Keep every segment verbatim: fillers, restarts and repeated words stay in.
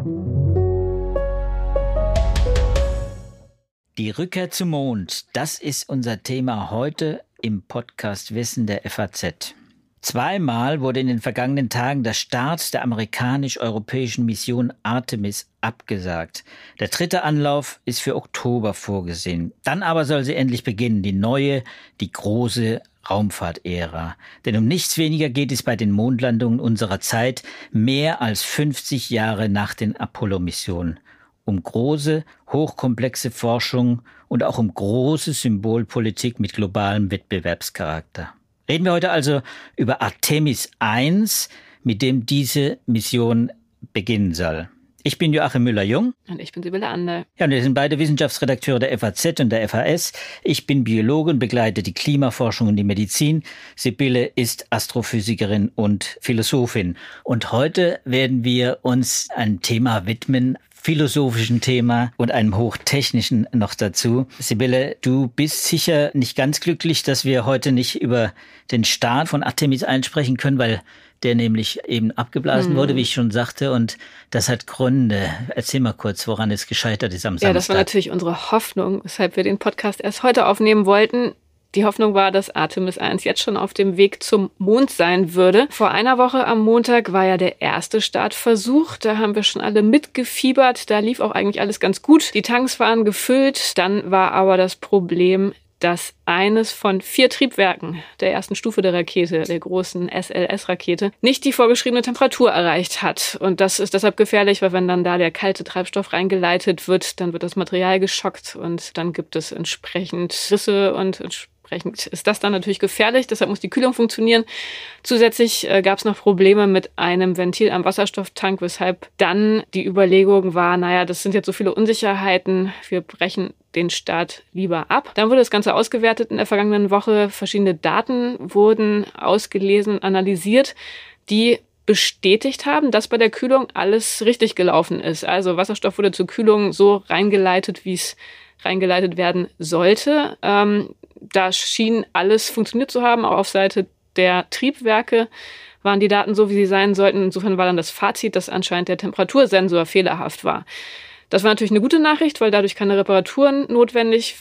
Die Rückkehr zum Mond, das ist unser Thema heute im Podcast Wissen der F A Z. Zweimal wurde in den vergangenen Tagen der Start der amerikanisch-europäischen Mission Artemis abgesagt. Der dritte Anlauf ist für Oktober vorgesehen. Dann aber soll sie endlich beginnen, die neue, die große Raumfahrtära. Denn um nichts weniger geht es bei den Mondlandungen unserer Zeit, mehr als fünfzig Jahre nach den Apollo-Missionen. Um große, hochkomplexe Forschung und auch um große Symbolpolitik mit globalem Wettbewerbscharakter. Reden wir heute also über Artemis eins, mit dem diese Mission beginnen soll. Ich bin Joachim Müller-Jung. Und ich bin Sibylle Anderl. Ja, und wir sind beide Wissenschaftsredakteure der F A Z und der F A S. Ich bin Biologe und begleite die Klimaforschung und die Medizin. Sibylle ist Astrophysikerin und Philosophin. Und heute werden wir uns einem Thema widmen, philosophischen Thema und einem hochtechnischen noch dazu. Sibylle, du bist sicher nicht ganz glücklich, dass wir heute nicht über den Start von Artemis eins sprechen können, weil der nämlich eben abgeblasen hm. wurde, wie ich schon sagte, und das hat Gründe. Erzähl mal kurz, woran es gescheitert ist am Samstag. Ja, das war natürlich unsere Hoffnung, weshalb wir den Podcast erst heute aufnehmen wollten. Die Hoffnung war, dass Artemis eins jetzt schon auf dem Weg zum Mond sein würde. Vor einer Woche am Montag war ja der erste Startversuch. Da haben wir schon alle mitgefiebert. Da lief auch eigentlich alles ganz gut. Die Tanks waren gefüllt. Dann war aber das Problem, dass eines von vier Triebwerken der ersten Stufe der Rakete, der großen S L S-Rakete, nicht die vorgeschriebene Temperatur erreicht hat. Und das ist deshalb gefährlich, weil wenn dann da der kalte Treibstoff reingeleitet wird, dann wird das Material geschockt und dann gibt es entsprechend Risse und entsprechend ist das dann natürlich gefährlich, deshalb muss die Kühlung funktionieren. Zusätzlich äh, gab es noch Probleme mit einem Ventil am Wasserstofftank, weshalb dann die Überlegung war, naja, das sind jetzt so viele Unsicherheiten, wir brechen den Start lieber ab. Dann wurde das Ganze ausgewertet in der vergangenen Woche. Verschiedene Daten wurden ausgelesen und analysiert, die bestätigt haben, dass bei der Kühlung alles richtig gelaufen ist. Also Wasserstoff wurde zur Kühlung so reingeleitet, wie es reingeleitet werden sollte. Ähm, da schien alles funktioniert zu haben. Auch auf Seite der Triebwerke waren die Daten so, wie sie sein sollten. Insofern war dann das Fazit, dass anscheinend der Temperatursensor fehlerhaft war. Das war natürlich eine gute Nachricht, weil dadurch keine Reparaturen notwendig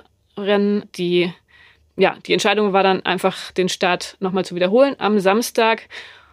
waren. Die, ja, die Entscheidung war dann einfach, den Start nochmal zu wiederholen am Samstag.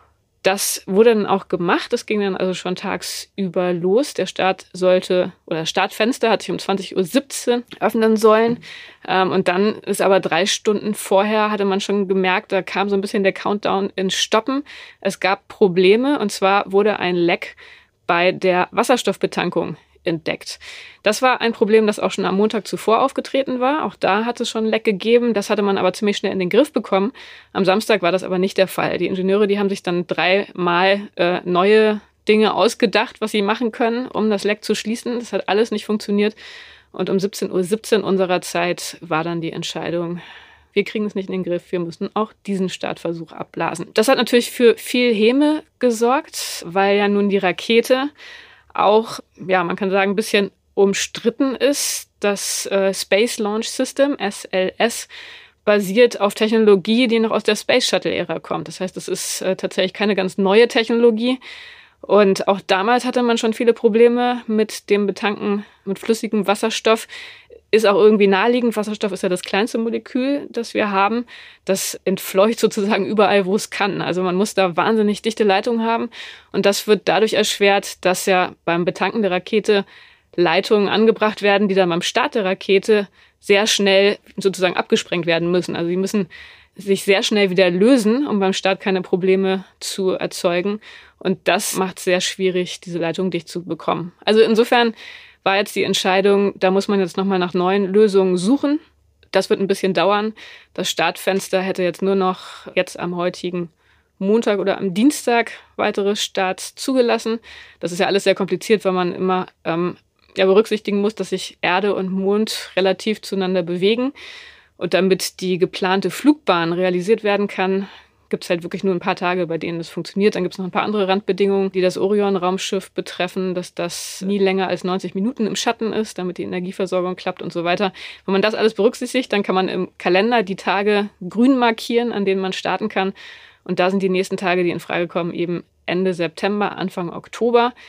Das wurde dann auch gemacht. Das ging dann also schon tagsüber los. Der Start sollte, oder das Startfenster hat sich um zwanzig Uhr siebzehn öffnen sollen. Und dann ist aber drei Stunden vorher, hatte man schon gemerkt, da kam so ein bisschen der Countdown ins Stoppen. Es gab Probleme, und zwar wurde ein Leck bei der Wasserstoffbetankung entdeckt. Das war ein Problem, das auch schon am Montag zuvor aufgetreten war. Auch da hat es schon ein Leck gegeben. Das hatte man aber ziemlich schnell in den Griff bekommen. Am Samstag war das aber nicht der Fall. Die Ingenieure, die haben sich dann dreimal äh, neue Dinge ausgedacht, was sie machen können, um das Leck zu schließen. Das hat alles nicht funktioniert. Und um siebzehn Uhr siebzehn unserer Zeit war dann die Entscheidung, wir kriegen es nicht in den Griff, wir müssen auch diesen Startversuch abblasen. Das hat natürlich für viel Häme gesorgt, weil ja nun die Rakete auch, ja, man kann sagen, ein bisschen umstritten ist. Das äh, Space Launch System, S L S, basiert auf Technologie, die noch aus der Space Shuttle-Ära kommt. Das heißt, es ist äh, tatsächlich keine ganz neue Technologie. Und auch damals hatte man schon viele Probleme mit dem Betanken mit flüssigem Wasserstoff. Ist auch irgendwie naheliegend. Wasserstoff ist ja das kleinste Molekül, das wir haben. Das entfleucht sozusagen überall, wo es kann. Also man muss da wahnsinnig dichte Leitungen haben. Und das wird dadurch erschwert, dass ja beim Betanken der Rakete Leitungen angebracht werden, die dann beim Start der Rakete sehr schnell sozusagen abgesprengt werden müssen. Also die müssen sich sehr schnell wieder lösen, um beim Start keine Probleme zu erzeugen. Und das macht es sehr schwierig, diese Leitung dicht zu bekommen. Also insofern war jetzt die Entscheidung, da muss man jetzt nochmal nach neuen Lösungen suchen. Das wird ein bisschen dauern. Das Startfenster hätte jetzt nur noch jetzt am heutigen Montag oder am Dienstag weitere Starts zugelassen. Das ist ja alles sehr kompliziert, weil man immer ähm, ja, berücksichtigen muss, dass sich Erde und Mond relativ zueinander bewegen. Und damit die geplante Flugbahn realisiert werden kann, gibt es halt wirklich nur ein paar Tage, bei denen das funktioniert. Dann gibt es noch ein paar andere Randbedingungen, die das Orion-Raumschiff betreffen, dass das nie länger als neunzig Minuten im Schatten ist, damit die Energieversorgung klappt und so weiter. Wenn man das alles berücksichtigt, dann kann man im Kalender die Tage grün markieren, an denen man starten kann. Und da sind die nächsten Tage, die in Frage kommen, eben Ende September, Anfang Oktober.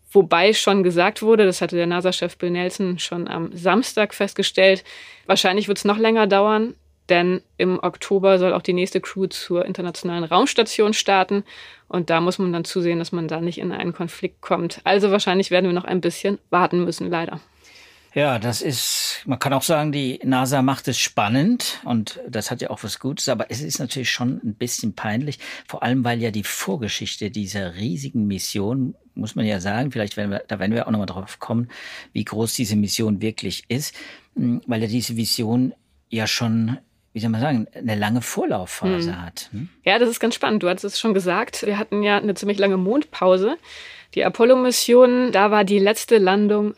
Wobei schon gesagt wurde, das hatte der NASA-Chef Bill Nelson schon am Samstag festgestellt, wahrscheinlich wird es noch länger dauern, denn im Oktober soll auch die nächste Crew zur Internationalen Raumstation starten. Und da muss man dann zusehen, dass man da nicht in einen Konflikt kommt. Also wahrscheinlich werden wir noch ein bisschen warten müssen, leider. Ja, das ist, man kann auch sagen, die NASA macht es spannend und das hat ja auch was Gutes, aber es ist natürlich schon ein bisschen peinlich, vor allem weil ja die Vorgeschichte dieser riesigen Mission, muss man ja sagen, vielleicht werden wir, da werden wir auch nochmal drauf kommen, wie groß diese Mission wirklich ist, weil ja diese Vision ja schon, wie soll man sagen, eine lange Vorlaufphase hm. hat. Hm? Ja, das ist ganz spannend. Du hattest es schon gesagt, wir hatten ja eine ziemlich lange Mondpause. Die Apollo-Mission, da war die letzte Landung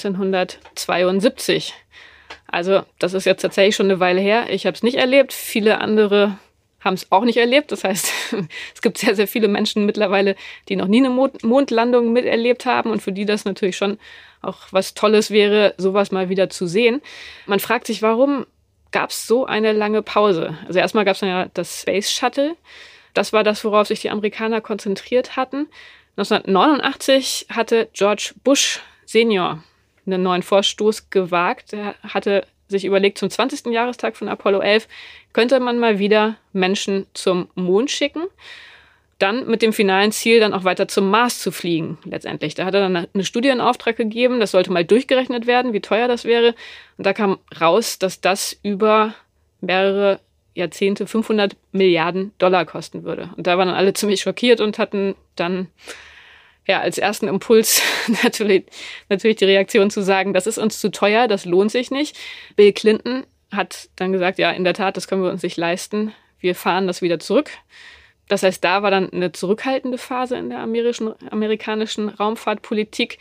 neunzehnhundertzweiundsiebzig. Also das ist jetzt tatsächlich schon eine Weile her. Ich habe es nicht erlebt. Viele andere haben es auch nicht erlebt. Das heißt, es gibt sehr, sehr viele Menschen mittlerweile, die noch nie eine Mond- Mondlandung miterlebt haben und für die das natürlich schon auch was Tolles wäre, sowas mal wieder zu sehen. Man fragt sich, warum gab es so eine lange Pause? Also erstmal gab es dann ja das Space Shuttle. Das war das, worauf sich die Amerikaner konzentriert hatten. neunzehnhundertneunundachtzig hatte George Bush Senior einen neuen Vorstoß gewagt. Er hatte sich überlegt, zum zwanzigsten Jahrestag von Apollo elf könnte man mal wieder Menschen zum Mond schicken. Dann mit dem finalen Ziel, dann auch weiter zum Mars zu fliegen, letztendlich. Da hat er dann eine Studie in Auftrag gegeben, das sollte mal durchgerechnet werden, wie teuer das wäre. Und da kam raus, dass das über mehrere Jahrzehnte fünfhundert Milliarden Dollar kosten würde. Und da waren dann alle ziemlich schockiert und hatten dann ja als ersten Impuls natürlich, natürlich die Reaktion zu sagen, das ist uns zu teuer, das lohnt sich nicht. Bill Clinton hat dann gesagt, ja, in der Tat, das können wir uns nicht leisten. Wir fahren das wieder zurück. Das heißt, da war dann eine zurückhaltende Phase in der amerikanischen, amerikanischen Raumfahrtpolitik.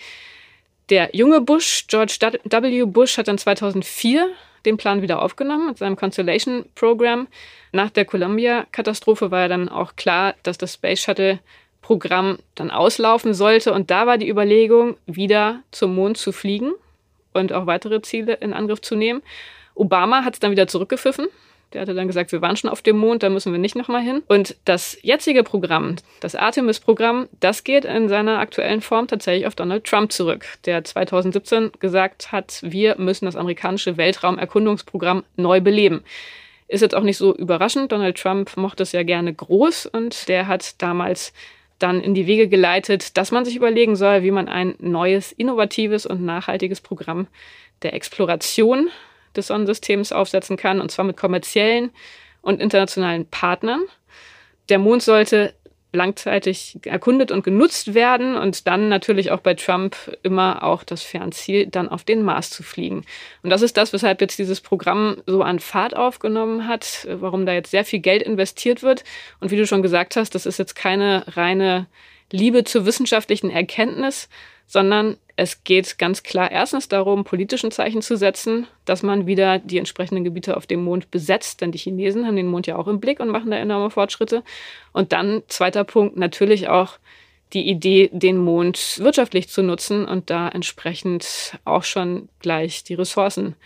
Der junge Bush, George W. Bush, hat dann zweitausendvier den Plan wieder aufgenommen mit seinem Constellation-Programm. Nach der Columbia-Katastrophe war ja dann auch klar, dass das Space Shuttle-Programm dann auslaufen sollte. Und da war die Überlegung, wieder zum Mond zu fliegen und auch weitere Ziele in Angriff zu nehmen. Obama hat es dann wieder zurückgepfiffen. Der hatte dann gesagt, wir waren schon auf dem Mond, da müssen wir nicht nochmal hin. Und das jetzige Programm, das Artemis-Programm, das geht in seiner aktuellen Form tatsächlich auf Donald Trump zurück, der zweitausendsiebzehn gesagt hat, wir müssen das amerikanische Weltraumerkundungsprogramm neu beleben. Ist jetzt auch nicht so überraschend. Donald Trump mochte es ja gerne groß und der hat damals dann in die Wege geleitet, dass man sich überlegen soll, wie man ein neues, innovatives und nachhaltiges Programm der Exploration des Sonnensystems aufsetzen kann, und zwar mit kommerziellen und internationalen Partnern. Der Mond sollte langzeitig erkundet und genutzt werden und dann natürlich auch bei Trump immer auch das Fernziel, dann auf den Mars zu fliegen. Und das ist das, weshalb jetzt dieses Programm so an Fahrt aufgenommen hat, warum da jetzt sehr viel Geld investiert wird. Und wie du schon gesagt hast, das ist jetzt keine reine Liebe zur wissenschaftlichen Erkenntnis, sondern es geht ganz klar erstens darum, politischen Zeichen zu setzen, dass man wieder die entsprechenden Gebiete auf dem Mond besetzt, denn die Chinesen haben den Mond ja auch im Blick und machen da enorme Fortschritte. Und dann, zweiter Punkt, natürlich auch die Idee, den Mond wirtschaftlich zu nutzen und da entsprechend auch schon gleich die Ressourcen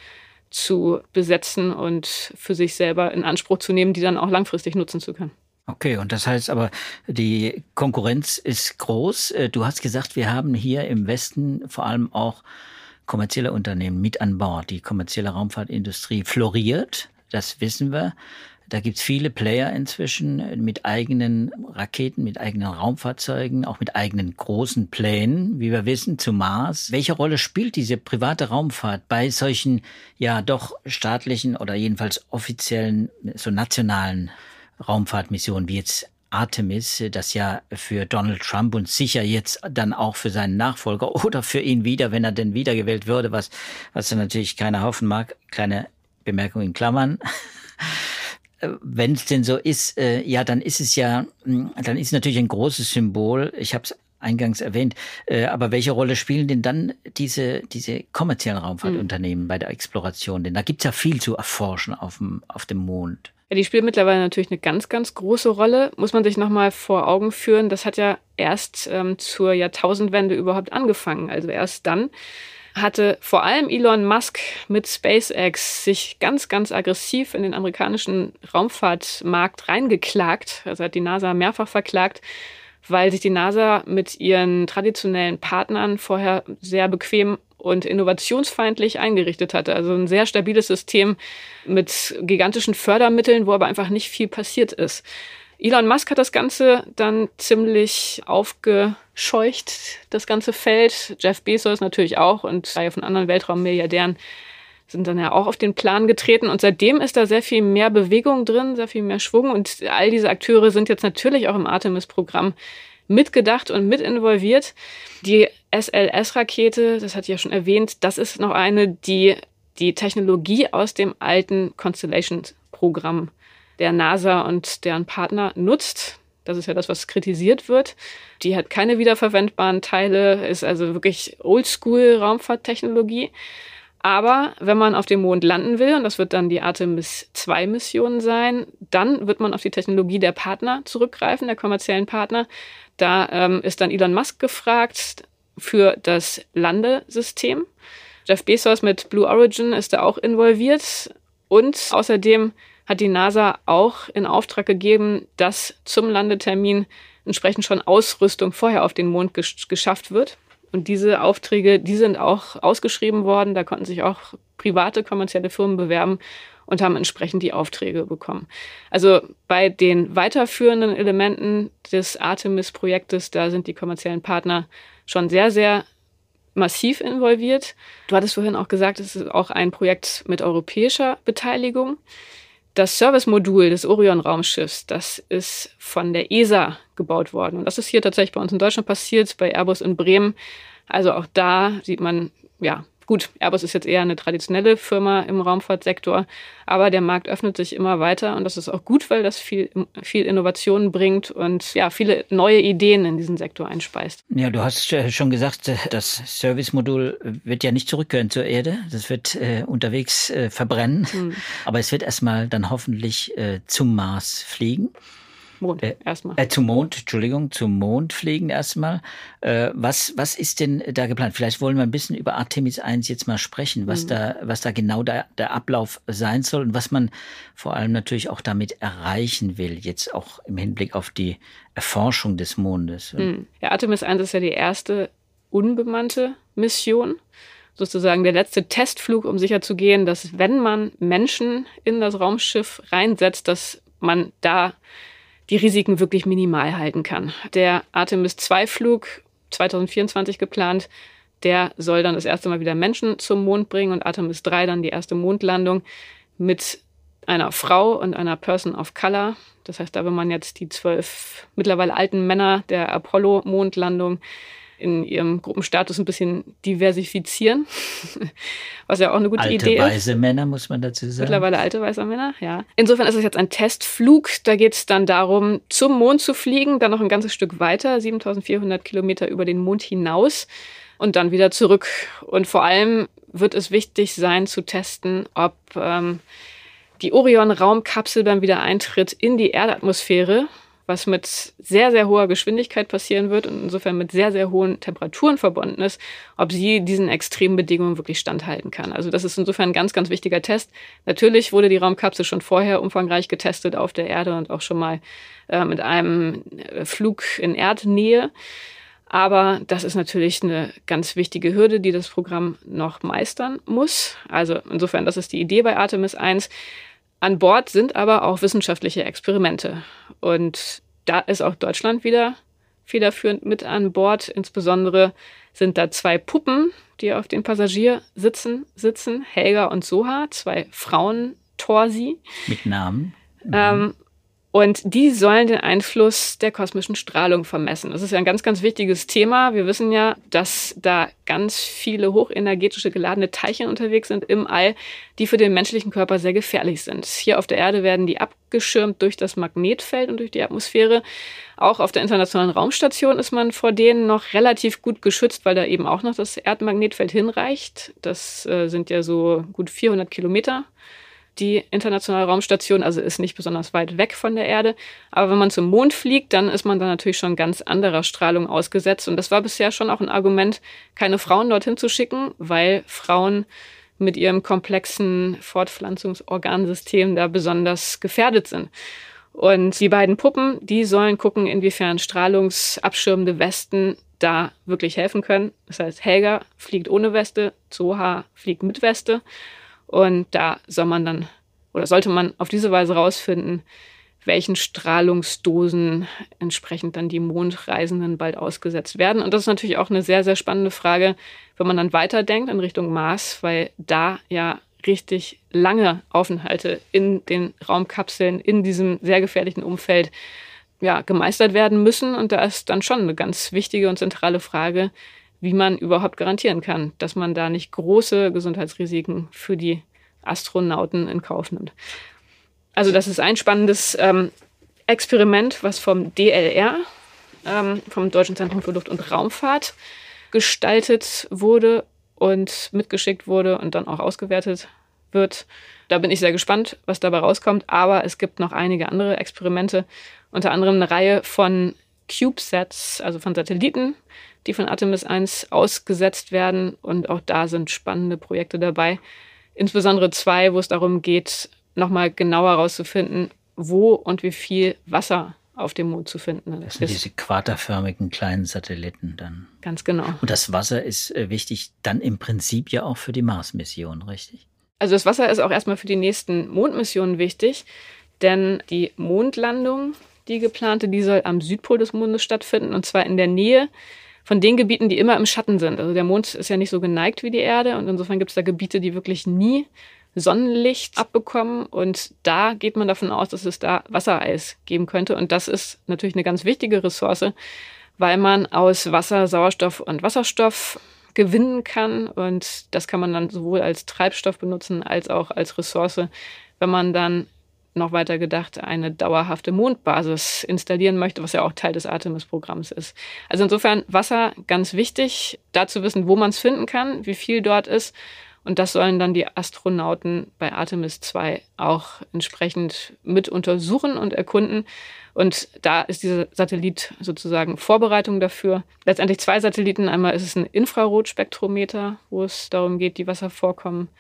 zu besetzen und für sich selber in Anspruch zu nehmen, die dann auch langfristig nutzen zu können. Okay, und das heißt aber, die Konkurrenz ist groß. Du hast gesagt, wir haben hier im Westen vor allem auch kommerzielle Unternehmen mit an Bord. Die kommerzielle Raumfahrtindustrie floriert, das wissen wir. Da gibt's viele Player inzwischen mit eigenen Raketen, mit eigenen Raumfahrzeugen, auch mit eigenen großen Plänen, wie wir wissen, zum Mars. Welche Rolle spielt diese private Raumfahrt bei solchen, ja doch staatlichen oder jedenfalls offiziellen, so nationalen Raumfahrtmissionen wie jetzt Artemis, das ja für Donald Trump und sicher jetzt dann auch für seinen Nachfolger oder für ihn wieder, wenn er denn wiedergewählt würde, was, was er natürlich keiner hoffen mag, kleine Bemerkung in Klammern. Wenn es denn so ist, äh, ja, dann ist es ja, dann ist es natürlich ein großes Symbol. Ich habe es eingangs erwähnt. Äh, aber welche Rolle spielen denn dann diese diese kommerziellen Raumfahrtunternehmen mhm. bei der Exploration? Denn da gibt's ja viel zu erforschen auf dem auf dem Mond. Ja, die spielt mittlerweile natürlich eine ganz, ganz große Rolle. Muss man sich nochmal vor Augen führen. Das hat ja erst ähm, zur Jahrtausendwende überhaupt angefangen. Also erst dann hatte vor allem Elon Musk mit SpaceX sich ganz, ganz aggressiv in den amerikanischen Raumfahrtmarkt reingeklagt. Also hat die NASA mehrfach verklagt, weil sich die NASA mit ihren traditionellen Partnern vorher sehr bequem und innovationsfeindlich eingerichtet hatte. Also ein sehr stabiles System mit gigantischen Fördermitteln, wo aber einfach nicht viel passiert ist. Elon Musk hat das Ganze dann ziemlich aufgescheucht, das ganze Feld. Jeff Bezos natürlich auch und eine Reihe von anderen Weltraummilliardären sind dann ja auch auf den Plan getreten. Und seitdem ist da sehr viel mehr Bewegung drin, sehr viel mehr Schwung. Und all diese Akteure sind jetzt natürlich auch im Artemis-Programm mitgedacht und mit involviert. Die S L S-Rakete, das hatte ich ja schon erwähnt, das ist noch eine, die die Technologie aus dem alten Constellation-Programm der NASA und deren Partner nutzt. Das ist ja das, was kritisiert wird. Die hat keine wiederverwendbaren Teile, ist also wirklich Oldschool-Raumfahrttechnologie. Aber wenn man auf dem Mond landen will, und das wird dann die Artemis zwei Mission sein, dann wird man auf die Technologie der Partner zurückgreifen, der kommerziellen Partner. Da ähm, ist dann Elon Musk gefragt für das Landesystem. Jeff Bezos mit Blue Origin ist da auch involviert. Und außerdem hat die NASA auch in Auftrag gegeben, dass zum Landetermin entsprechend schon Ausrüstung vorher auf den Mond gesch- geschafft wird. Und diese Aufträge, die sind auch ausgeschrieben worden. Da konnten sich auch private, kommerzielle Firmen bewerben und haben entsprechend die Aufträge bekommen. Also bei den weiterführenden Elementen des Artemis-Projektes, da sind die kommerziellen Partner schon sehr, sehr massiv involviert. Du hattest vorhin auch gesagt, es ist auch ein Projekt mit europäischer Beteiligung. Das Servicemodul des Orion-Raumschiffs, das ist von der E S A gebaut worden. Und das ist hier tatsächlich bei uns in Deutschland passiert, bei Airbus in Bremen. Also auch da sieht man, ja, gut, Airbus ist jetzt eher eine traditionelle Firma im Raumfahrtsektor, aber der Markt öffnet sich immer weiter und das ist auch gut, weil das viel, viel Innovation bringt und ja, viele neue Ideen in diesen Sektor einspeist. Ja, du hast schon gesagt, das Servicemodul wird ja nicht zurückkehren zur Erde. Das wird äh, unterwegs äh, verbrennen, hm. aber es wird erstmal dann hoffentlich äh, zum Mars fliegen. Mond äh, erstmal. Äh, zum Mond, Entschuldigung, zum Mond fliegen erstmal. Äh, was, was ist denn da geplant? Vielleicht wollen wir ein bisschen über Artemis eins jetzt mal sprechen, was mhm. da, was da genau der, der Ablauf sein soll und was man vor allem natürlich auch damit erreichen will, jetzt auch im Hinblick auf die Erforschung des Mondes. Mhm. Ja, Artemis eins ist ja die erste unbemannte Mission. Sozusagen der letzte Testflug, um sicherzugehen, dass wenn man Menschen in das Raumschiff reinsetzt, dass man da die Risiken wirklich minimal halten kann. Der Artemis zwei Flug, zwanzig vierundzwanzig geplant, der soll dann das erste Mal wieder Menschen zum Mond bringen und Artemis drei dann die erste Mondlandung mit einer Frau und einer Person of Color. Das heißt, da will man jetzt die zwölf mittlerweile alten Männer der Apollo-Mondlandung in ihrem Gruppenstatus ein bisschen diversifizieren, was ja auch eine gute alte, Idee ist. Alte weiße Männer, muss man dazu sagen. Mittlerweile alte weiße Männer, ja. Insofern ist es jetzt ein Testflug. Da geht es dann darum, zum Mond zu fliegen, dann noch ein ganzes Stück weiter, siebentausendvierhundert Kilometer über den Mond hinaus und dann wieder zurück. Und vor allem wird es wichtig sein zu testen, ob ähm, die Orion-Raumkapsel beim Wiedereintritt in die Erdatmosphäre, was mit sehr, sehr hoher Geschwindigkeit passieren wird und insofern mit sehr, sehr hohen Temperaturen verbunden ist, ob sie diesen extremen Bedingungen wirklich standhalten kann. Also das ist insofern ein ganz, ganz wichtiger Test. Natürlich wurde die Raumkapsel schon vorher umfangreich getestet auf der Erde und auch schon mal äh, mit einem Flug in Erdnähe. Aber das ist natürlich eine ganz wichtige Hürde, die das Programm noch meistern muss. Also insofern, das ist die Idee bei Artemis eins. An Bord sind aber auch wissenschaftliche Experimente. Und da ist auch Deutschland wieder federführend mit an Bord. Insbesondere sind da zwei Puppen, die auf den Passagiersitzen sitzen, Helga und Soha, zwei Frauen-Torsi. Mit Namen. Mhm. Ähm, Und die sollen den Einfluss der kosmischen Strahlung vermessen. Das ist ja ein ganz, ganz wichtiges Thema. Wir wissen ja, dass da ganz viele hochenergetische geladene Teilchen unterwegs sind im All, die für den menschlichen Körper sehr gefährlich sind. Hier auf der Erde werden die abgeschirmt durch das Magnetfeld und durch die Atmosphäre. Auch auf der Internationalen Raumstation ist man vor denen noch relativ gut geschützt, weil da eben auch noch das Erdmagnetfeld hinreicht. Das äh, sind ja so gut vierhundert Kilometer. Die Internationale Raumstation, also ist nicht besonders weit weg von der Erde. Aber wenn man zum Mond fliegt, dann ist man da natürlich schon ganz anderer Strahlung ausgesetzt. Und das war bisher schon auch ein Argument, keine Frauen dorthin zu schicken, weil Frauen mit ihrem komplexen Fortpflanzungsorgansystem da besonders gefährdet sind. Und die beiden Puppen, die sollen gucken, inwiefern strahlungsabschirmende Westen da wirklich helfen können. Das heißt, Helga fliegt ohne Weste, Zoha fliegt mit Weste. Und da soll man dann, oder sollte man auf diese Weise rausfinden, welchen Strahlungsdosen entsprechend dann die Mondreisenden bald ausgesetzt werden. Und das ist natürlich auch eine sehr, sehr spannende Frage, wenn man dann weiterdenkt in Richtung Mars, weil da ja richtig lange Aufenthalte in den Raumkapseln, in diesem sehr gefährlichen Umfeld ja, gemeistert werden müssen. Und da ist dann schon eine ganz wichtige und zentrale Frage, wie man überhaupt garantieren kann, dass man da nicht große Gesundheitsrisiken für die Astronauten in Kauf nimmt. Also das ist ein spannendes ähm, Experiment, was vom D L R, ähm, vom Deutschen Zentrum für Luft- und Raumfahrt, gestaltet wurde und mitgeschickt wurde und dann auch ausgewertet wird. Da bin ich sehr gespannt, was dabei rauskommt. Aber es gibt noch einige andere Experimente, unter anderem eine Reihe von CubeSats, also von Satelliten, die von Artemis eins ausgesetzt werden. Und auch da sind spannende Projekte dabei. Insbesondere zwei, wo es darum geht, nochmal genauer herauszufinden, wo und wie viel Wasser auf dem Mond zu finden ist. Das sind diese quaderförmigen kleinen Satelliten dann. Ganz genau. Und das Wasser ist äh, wichtig dann im Prinzip ja auch für die Mars-Mission, richtig? Also das Wasser ist auch erstmal für die nächsten Mondmissionen wichtig, denn die Mondlandung, die geplante, die soll am Südpol des Mondes stattfinden, und zwar in der Nähe von den Gebieten, die immer im Schatten sind. Also der Mond ist ja nicht so geneigt wie die Erde, und insofern gibt es da Gebiete, die wirklich nie Sonnenlicht abbekommen, und da geht man davon aus, dass es da Wassereis geben könnte, und das ist natürlich eine ganz wichtige Ressource, weil man aus Wasser Sauerstoff und Wasserstoff gewinnen kann, und das kann man dann sowohl als Treibstoff benutzen als auch als Ressource, wenn man dann noch weiter gedacht eine dauerhafte Mondbasis installieren möchte, was ja auch Teil des Artemis-Programms ist. Also insofern Wasser ganz wichtig, da zu wissen, wo man es finden kann, wie viel dort ist. Und das sollen dann die Astronauten bei Artemis zwei auch entsprechend mit untersuchen und erkunden. Und da ist dieser Satellit sozusagen Vorbereitung dafür. Letztendlich zwei Satelliten. Einmal ist es ein Infrarotspektrometer, wo es darum geht, die Wasservorkommen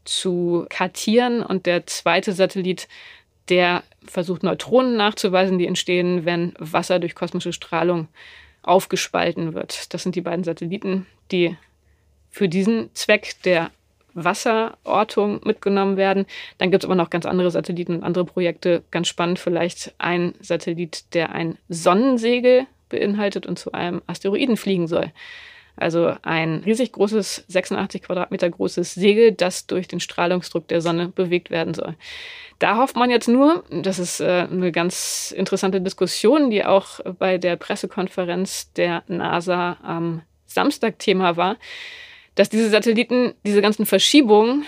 zu kartieren. Und der zweite Satellit, der versucht, Neutronen nachzuweisen, die entstehen, wenn Wasser durch kosmische Strahlung aufgespalten wird. Das sind die beiden Satelliten, die für diesen Zweck der Wasserortung mitgenommen werden. Dann gibt es aber noch ganz andere Satelliten und andere Projekte. Ganz spannend vielleicht ein Satellit, der ein Sonnensegel beinhaltet und zu einem Asteroiden fliegen soll. Also ein riesig großes, sechsundachtzig Quadratmeter großes Segel, das durch den Strahlungsdruck der Sonne bewegt werden soll. Da hofft man jetzt nur, das ist äh, eine ganz interessante Diskussion, die auch bei der Pressekonferenz der NASA am Samstag Thema war, dass diese Satelliten diese ganzen Verschiebungen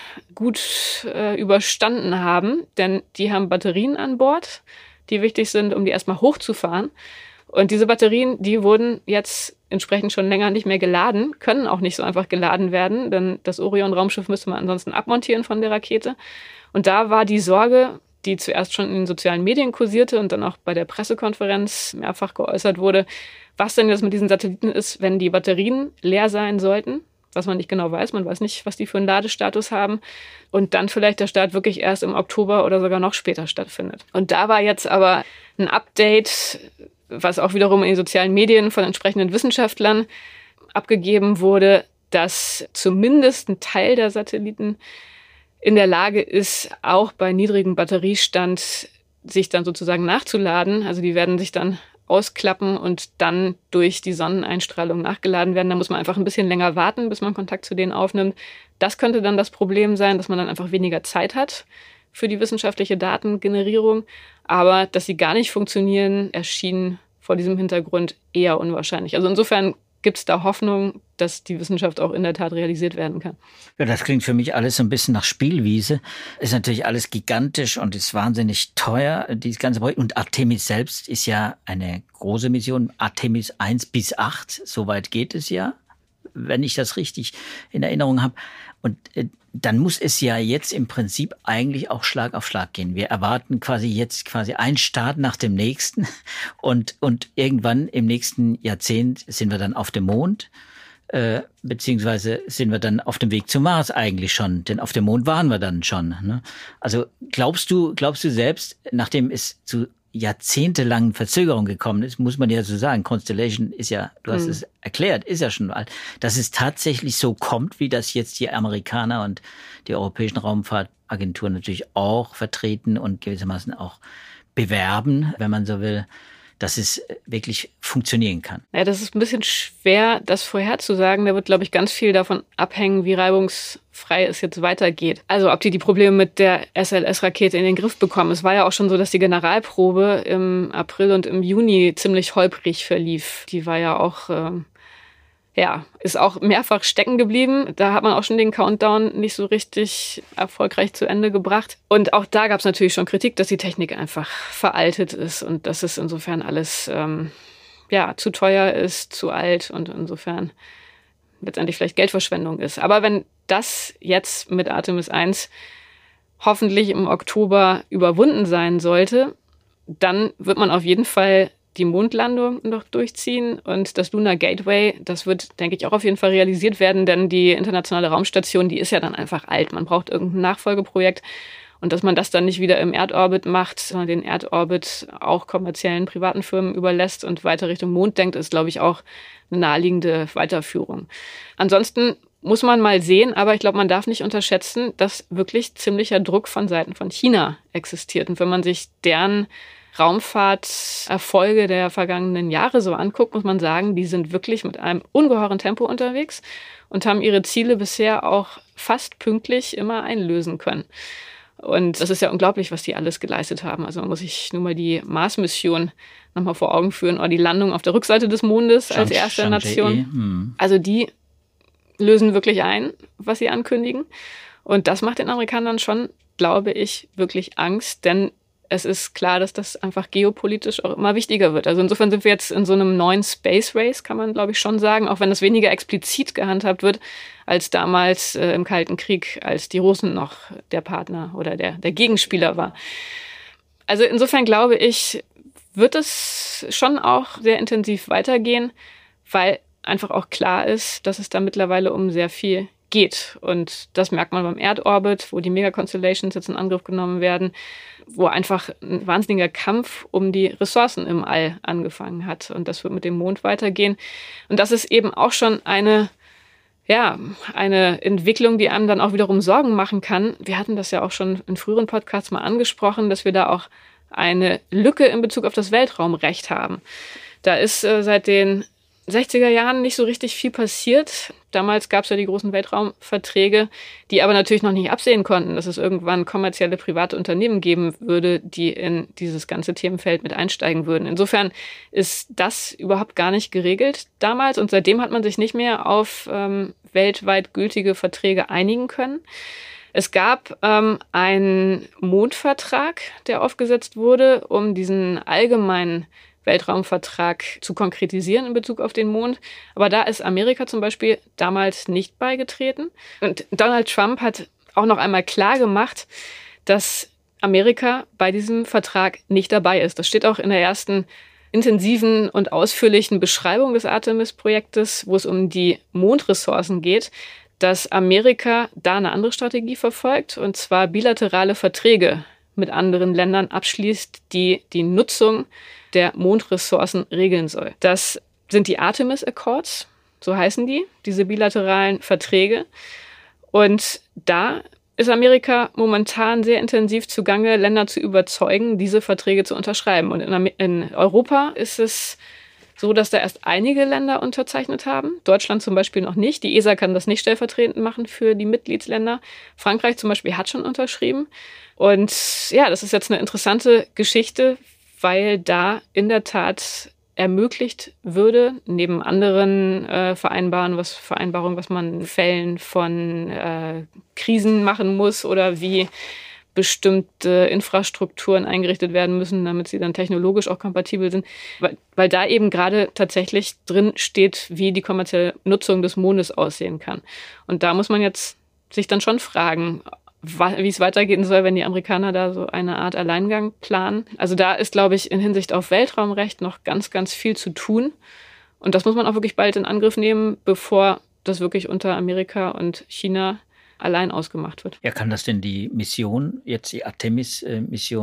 gut äh, überstanden haben, denn die haben Batterien an Bord, die wichtig sind, um die erstmal hochzufahren. Und diese Batterien, die wurden jetzt entsprechend schon länger nicht mehr geladen, können auch nicht so einfach geladen werden, denn das Orion-Raumschiff müsste man ansonsten abmontieren von der Rakete. Und da war die Sorge, die zuerst schon in den sozialen Medien kursierte und dann auch bei der Pressekonferenz mehrfach geäußert wurde, was denn jetzt mit diesen Satelliten ist, wenn die Batterien leer sein sollten, was man nicht genau weiß. Man weiß nicht, was die für einen Ladestatus haben. Und dann vielleicht der Start wirklich erst im Oktober oder sogar noch später stattfindet. Und da war jetzt aber ein Update, was auch wiederum in den sozialen Medien von entsprechenden Wissenschaftlern abgegeben wurde, dass zumindest ein Teil der Satelliten in der Lage ist, auch bei niedrigem Batteriestand sich dann sozusagen nachzuladen. Also die werden sich dann ausklappen und dann durch die Sonneneinstrahlung nachgeladen werden. Da muss man einfach ein bisschen länger warten, bis man Kontakt zu denen aufnimmt. Das könnte dann das Problem sein, dass man dann einfach weniger Zeit hat für die wissenschaftliche Datengenerierung. Aber dass sie gar nicht funktionieren, erschien vor diesem Hintergrund eher unwahrscheinlich. Also insofern gibt es da Hoffnung, dass die Wissenschaft auch in der Tat realisiert werden kann. Ja, das klingt für mich alles so ein bisschen nach Spielwiese. Ist natürlich alles gigantisch und ist wahnsinnig teuer, dieses ganze Projekt. Und Artemis selbst ist ja eine große Mission. Artemis eins bis acht, soweit geht es ja, wenn ich das richtig in Erinnerung habe. Und äh, dann muss es ja jetzt im Prinzip eigentlich auch Schlag auf Schlag gehen. Wir erwarten quasi jetzt quasi einen Start nach dem nächsten und und irgendwann im nächsten Jahrzehnt sind wir dann auf dem Mond, äh, beziehungsweise sind wir dann auf dem Weg zum Mars eigentlich schon, denn auf dem Mond waren wir dann schon. Ne? Also glaubst du, glaubst du selbst, nachdem es zu jahrzehntelangen Verzögerung gekommen ist, muss man ja so sagen. Constellation ist ja, du hast mhm. es erklärt, ist ja schon alt. Dass es tatsächlich so kommt, wie das jetzt die Amerikaner und die europäischen Raumfahrtagenturen natürlich auch vertreten und gewissermaßen auch bewerben, wenn man so will, dass es wirklich funktionieren kann. Ja, das ist ein bisschen schwer, das vorherzusagen. Da wird, glaube ich, ganz viel davon abhängen, wie reibungsfrei es jetzt weitergeht. Also ob die die Probleme mit der S L S-Rakete in den Griff bekommen. Es war ja auch schon so, dass die Generalprobe im April und im Juni ziemlich holprig verlief. Die war ja auch... Ähm Ja, ist auch mehrfach stecken geblieben. Da hat man auch schon den Countdown nicht so richtig erfolgreich zu Ende gebracht. Und auch da gab es natürlich schon Kritik, dass die Technik einfach veraltet ist und dass es insofern alles ähm, ja zu teuer ist, zu alt und insofern letztendlich vielleicht Geldverschwendung ist. Aber wenn das jetzt mit Artemis eins hoffentlich im Oktober überwunden sein sollte, dann wird man auf jeden Fall die Mondlandung noch durchziehen und das Lunar Gateway, das wird, denke ich, auch auf jeden Fall realisiert werden, denn die internationale Raumstation, die ist ja dann einfach alt. Man braucht irgendein Nachfolgeprojekt und dass man das dann nicht wieder im Erdorbit macht, sondern den Erdorbit auch kommerziellen privaten Firmen überlässt und weiter Richtung Mond denkt, ist, glaube ich, auch eine naheliegende Weiterführung. Ansonsten muss man mal sehen, aber ich glaube, man darf nicht unterschätzen, dass wirklich ziemlicher Druck von Seiten von China existiert. Und wenn man sich deren Raumfahrterfolge der vergangenen Jahre so anguckt, muss man sagen, die sind wirklich mit einem ungeheuren Tempo unterwegs und haben ihre Ziele bisher auch fast pünktlich immer einlösen können. Und das ist ja unglaublich, was die alles geleistet haben. Also man muss sich nur mal die Mars-Mission nochmal vor Augen führen oder die Landung auf der Rückseite des Mondes als erste Nation. Hm. Also die lösen wirklich ein, was sie ankündigen. Und das macht den Amerikanern schon, glaube ich, wirklich Angst, denn es ist klar, dass das einfach geopolitisch auch immer wichtiger wird. Also insofern sind wir jetzt in so einem neuen Space Race, kann man, glaube ich, schon sagen, auch wenn das weniger explizit gehandhabt wird als damals äh, im Kalten Krieg, als die Russen noch der Partner oder der, der Gegenspieler war. Also insofern glaube ich, wird es schon auch sehr intensiv weitergehen, weil einfach auch klar ist, dass es da mittlerweile um sehr viel geht. Und das merkt man beim Erdorbit, wo die Mega-Constellations jetzt in Angriff genommen werden, wo einfach ein wahnsinniger Kampf um die Ressourcen im All angefangen hat. Und das wird mit dem Mond weitergehen. Und das ist eben auch schon eine, ja, eine Entwicklung, die einem dann auch wiederum Sorgen machen kann. Wir hatten das ja auch schon in früheren Podcasts mal angesprochen, dass wir da auch eine Lücke in Bezug auf das Weltraumrecht haben. Da ist äh, seit den sechziger Jahren nicht so richtig viel passiert. Damals gab es ja die großen Weltraumverträge, die aber natürlich noch nicht absehen konnten, dass es irgendwann kommerzielle private Unternehmen geben würde, die in dieses ganze Themenfeld mit einsteigen würden. Insofern ist das überhaupt gar nicht geregelt damals und seitdem hat man sich nicht mehr auf ähm, weltweit gültige Verträge einigen können. Es gab ähm, einen Mondvertrag, der aufgesetzt wurde, um diesen allgemeinen Weltraumvertrag zu konkretisieren in Bezug auf den Mond. Aber da ist Amerika zum Beispiel damals nicht beigetreten. Und Donald Trump hat auch noch einmal klar gemacht, dass Amerika bei diesem Vertrag nicht dabei ist. Das steht auch in der ersten intensiven und ausführlichen Beschreibung des Artemis-Projektes, wo es um die Mondressourcen geht, dass Amerika da eine andere Strategie verfolgt, und zwar bilaterale Verträge mit anderen Ländern abschließt, die die Nutzung der Mondressourcen regeln soll. Das sind die Artemis Accords, so heißen die, diese bilateralen Verträge. Und da ist Amerika momentan sehr intensiv zugange, Länder zu überzeugen, diese Verträge zu unterschreiben. Und in, Amer- in Europa ist es so, dass da erst einige Länder unterzeichnet haben. Deutschland zum Beispiel noch nicht. Die E S A kann das nicht stellvertretend machen für die Mitgliedsländer. Frankreich zum Beispiel hat schon unterschrieben. Und ja, das ist jetzt eine interessante Geschichte, weil da in der Tat ermöglicht würde, neben anderen äh, Vereinbarungen, was, Vereinbarungen, was man in Fällen von äh, Krisen machen muss oder wie bestimmte Infrastrukturen eingerichtet werden müssen, damit sie dann technologisch auch kompatibel sind, weil, weil da eben gerade tatsächlich drin steht, wie die kommerzielle Nutzung des Mondes aussehen kann. Und da muss man jetzt sich dann schon fragen, wie es weitergehen soll, wenn die Amerikaner da so eine Art Alleingang planen. Also da ist, glaube ich, in Hinsicht auf Weltraumrecht noch ganz, ganz viel zu tun. Und das muss man auch wirklich bald in Angriff nehmen, bevor das wirklich unter Amerika und China allein ausgemacht wird. Ja, kann das denn die Mission, jetzt die Artemis-Mission,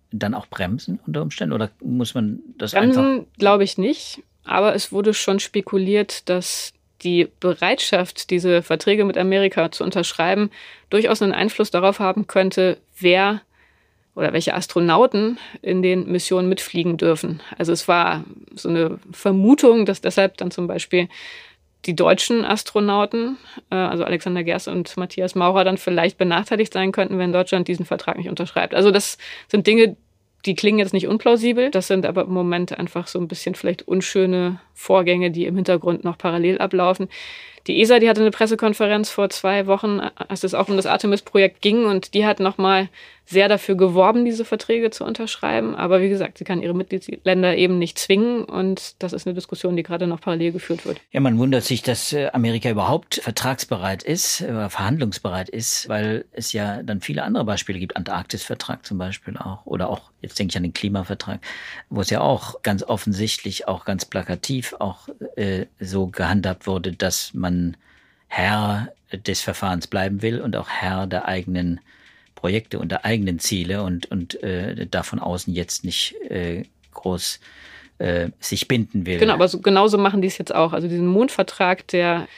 dann auch bremsen unter Umständen? Oder muss man das bremsen, einfach... Bremsen glaube ich nicht. Aber es wurde schon spekuliert, dass die Bereitschaft, diese Verträge mit Amerika zu unterschreiben, durchaus einen Einfluss darauf haben könnte, wer oder welche Astronauten in den Missionen mitfliegen dürfen. Also es war so eine Vermutung, dass deshalb dann zum Beispiel die deutschen Astronauten, also Alexander Gerst und Matthias Maurer, dann vielleicht benachteiligt sein könnten, wenn Deutschland diesen Vertrag nicht unterschreibt. Also das sind Dinge, die klingen jetzt nicht unplausibel. Das sind aber im Moment einfach so ein bisschen vielleicht unschöne Vorgänge, die im Hintergrund noch parallel ablaufen. Die E S A, die hatte eine Pressekonferenz vor zwei Wochen, als es auch um das Artemis-Projekt ging. Und die hat nochmal sehr dafür geworben, diese Verträge zu unterschreiben. Aber wie gesagt, sie kann ihre Mitgliedsländer eben nicht zwingen. Und das ist eine Diskussion, die gerade noch parallel geführt wird. Ja, man wundert sich, dass Amerika überhaupt vertragsbereit ist, oder verhandlungsbereit ist, weil es ja dann viele andere Beispiele gibt. Antarktis-Vertrag zum Beispiel auch. Oder auch, jetzt denke ich an den Klimavertrag, wo es ja auch ganz offensichtlich, auch ganz plakativ auch äh, so gehandhabt wurde, dass man Herr des Verfahrens bleiben will und auch Herr der eigenen Projekte und der eigenen Ziele und, und äh, davon außen jetzt nicht äh, groß äh, sich binden will. Genau, aber so, genauso machen die es jetzt auch. Also diesen Mondvertrag, der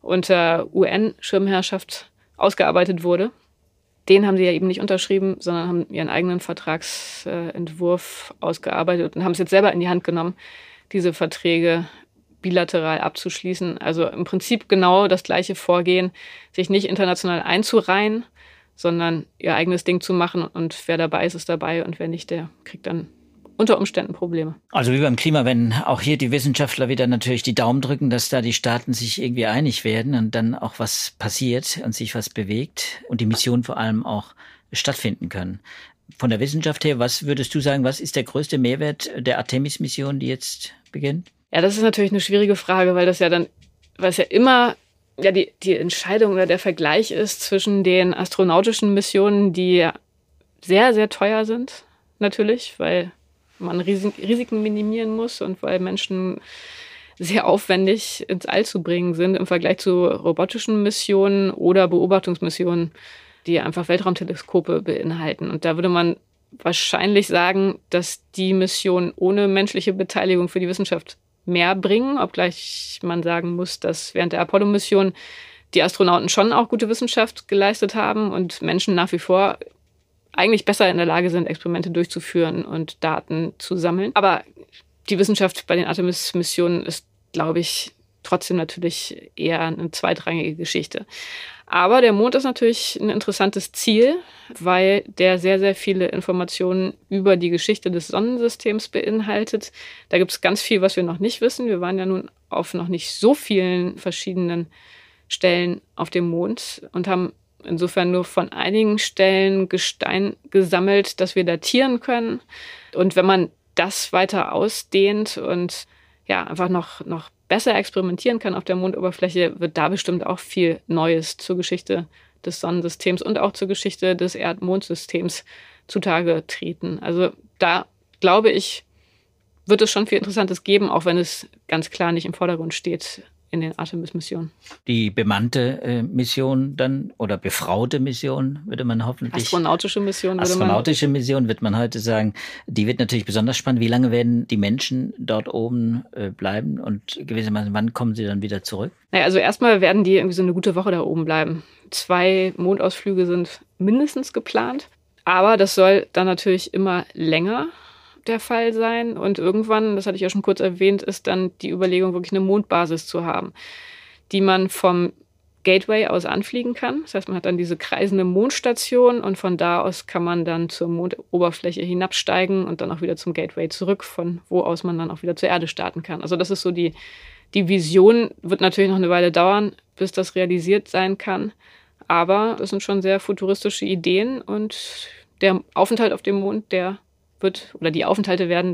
unter U N-Schirmherrschaft ausgearbeitet wurde, den haben sie ja eben nicht unterschrieben, sondern haben ihren eigenen Vertragsentwurf ausgearbeitet und haben es jetzt selber in die Hand genommen, diese Verträge bilateral abzuschließen. Also im Prinzip genau das gleiche Vorgehen, sich nicht international einzureihen, sondern ihr eigenes Ding zu machen und wer dabei ist, ist dabei und wer nicht, der kriegt dann unter Umständen Probleme. Also wie beim Klima, wenn auch hier die Wissenschaftler wieder natürlich die Daumen drücken, dass da die Staaten sich irgendwie einig werden und dann auch was passiert und sich was bewegt und die Missionen vor allem auch stattfinden können. Von der Wissenschaft her, was würdest du sagen, was ist der größte Mehrwert der Artemis-Mission, die jetzt beginnt? Ja, das ist natürlich eine schwierige Frage, weil das ja dann, weil es ja immer ja die, die Entscheidung oder der Vergleich ist zwischen den astronautischen Missionen, die sehr, sehr teuer sind, natürlich, weil man Risiken minimieren muss und weil Menschen sehr aufwendig ins All zu bringen sind im Vergleich zu robotischen Missionen oder Beobachtungsmissionen, die einfach Weltraumteleskope beinhalten. Und da würde man wahrscheinlich sagen, dass die Missionen ohne menschliche Beteiligung für die Wissenschaft mehr bringen, obgleich man sagen muss, dass während der Apollo-Mission die Astronauten schon auch gute Wissenschaft geleistet haben und Menschen nach wie vor eigentlich besser in der Lage sind, Experimente durchzuführen und Daten zu sammeln. Aber die Wissenschaft bei den Artemis-Missionen ist, glaube ich, trotzdem natürlich eher eine zweitrangige Geschichte. Aber der Mond ist natürlich ein interessantes Ziel, weil der sehr, sehr viele Informationen über die Geschichte des Sonnensystems beinhaltet. Da gibt es ganz viel, was wir noch nicht wissen. Wir waren ja nun auf noch nicht so vielen verschiedenen Stellen auf dem Mond und haben insofern nur von einigen Stellen Gestein gesammelt, das wir datieren können. Und wenn man das weiter ausdehnt und ja einfach noch, noch besser experimentieren kann auf der Mondoberfläche, wird da bestimmt auch viel Neues zur Geschichte des Sonnensystems und auch zur Geschichte des Erd-Mond-Systems zutage treten. Also da, glaube ich, wird es schon viel Interessantes geben, auch wenn es ganz klar nicht im Vordergrund steht in den Artemis-Missionen. Die bemannte äh, Mission dann oder befraute Mission würde man hoffentlich... Astronautische Mission würde Astronautische man... Mission wird man heute sagen. Die wird natürlich besonders spannend. Wie lange werden die Menschen dort oben äh, bleiben und gewissermaßen, wann kommen sie dann wieder zurück? Naja, also erstmal werden die irgendwie so eine gute Woche da oben bleiben. Zwei Mondausflüge sind mindestens geplant. Aber das soll dann natürlich immer länger der Fall sein. Und irgendwann, das hatte ich ja schon kurz erwähnt, ist dann die Überlegung, wirklich eine Mondbasis zu haben, die man vom Gateway aus anfliegen kann. Das heißt, man hat dann diese kreisende Mondstation und von da aus kann man dann zur Mondoberfläche hinabsteigen und dann auch wieder zum Gateway zurück, von wo aus man dann auch wieder zur Erde starten kann. Also das ist so die, die Vision. Wird natürlich noch eine Weile dauern, bis das realisiert sein kann. Aber das sind schon sehr futuristische Ideen und der Aufenthalt auf dem Mond, der wird, oder die Aufenthalte werden dann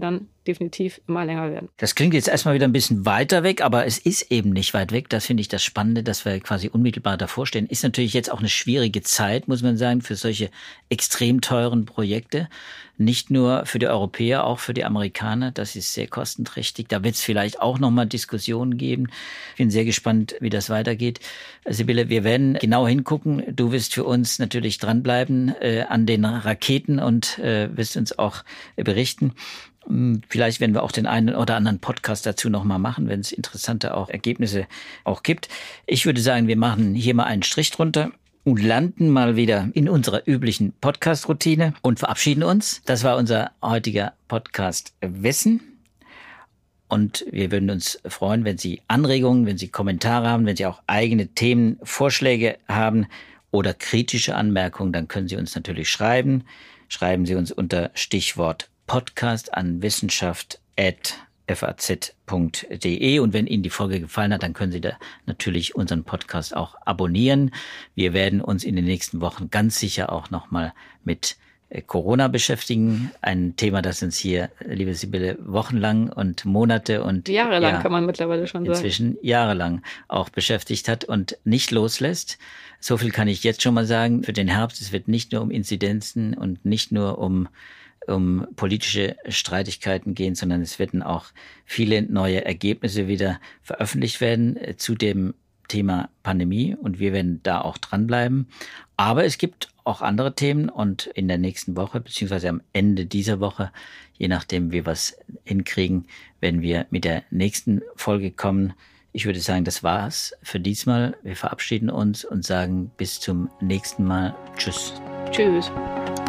definitiv immer länger werden. Das klingt jetzt erstmal wieder ein bisschen weiter weg, aber es ist eben nicht weit weg. Das finde ich das Spannende, dass wir quasi unmittelbar davor stehen. Ist natürlich jetzt auch eine schwierige Zeit, muss man sagen, für solche extrem teuren Projekte. Nicht nur für die Europäer, auch für die Amerikaner. Das ist sehr kostenträchtig. Da wird es vielleicht auch nochmal Diskussionen geben. Ich bin sehr gespannt, wie das weitergeht. Sibylle, wir werden genau hingucken. Du wirst für uns natürlich dranbleiben äh, an den Raketen und äh, wirst uns auch äh, berichten. Vielleicht werden wir auch den einen oder anderen Podcast dazu nochmal machen, wenn es interessante auch Ergebnisse auch gibt. Ich würde sagen, wir machen hier mal einen Strich drunter und landen mal wieder in unserer üblichen Podcast-Routine und verabschieden uns. Das war unser heutiger Podcast Wissen. Und wir würden uns freuen, wenn Sie Anregungen, wenn Sie Kommentare haben, wenn Sie auch eigene Themenvorschläge haben oder kritische Anmerkungen, dann können Sie uns natürlich schreiben. Schreiben Sie uns unter Stichwort Podcast an wissenschaft at f a z punkt d e und wenn Ihnen die Folge gefallen hat, dann können Sie da natürlich unseren Podcast auch abonnieren. Wir werden uns in den nächsten Wochen ganz sicher auch nochmal mit Corona beschäftigen. Ein Thema, das uns hier, liebe Sibylle, wochenlang und Monate und jahrelang ja, kann man mittlerweile schon sagen. Inzwischen jahrelang auch beschäftigt hat und nicht loslässt. So viel kann ich jetzt schon mal sagen. Für den Herbst, es wird nicht nur um Inzidenzen und nicht nur um um politische Streitigkeiten gehen, sondern es werden auch viele neue Ergebnisse wieder veröffentlicht werden zu dem Thema Pandemie und wir werden da auch dranbleiben. Aber es gibt auch andere Themen und in der nächsten Woche, beziehungsweise am Ende dieser Woche, je nachdem wie wir es hinkriegen, werden wir mit der nächsten Folge kommen. Ich würde sagen, das war's für diesmal. Wir verabschieden uns und sagen bis zum nächsten Mal. Tschüss. Tschüss.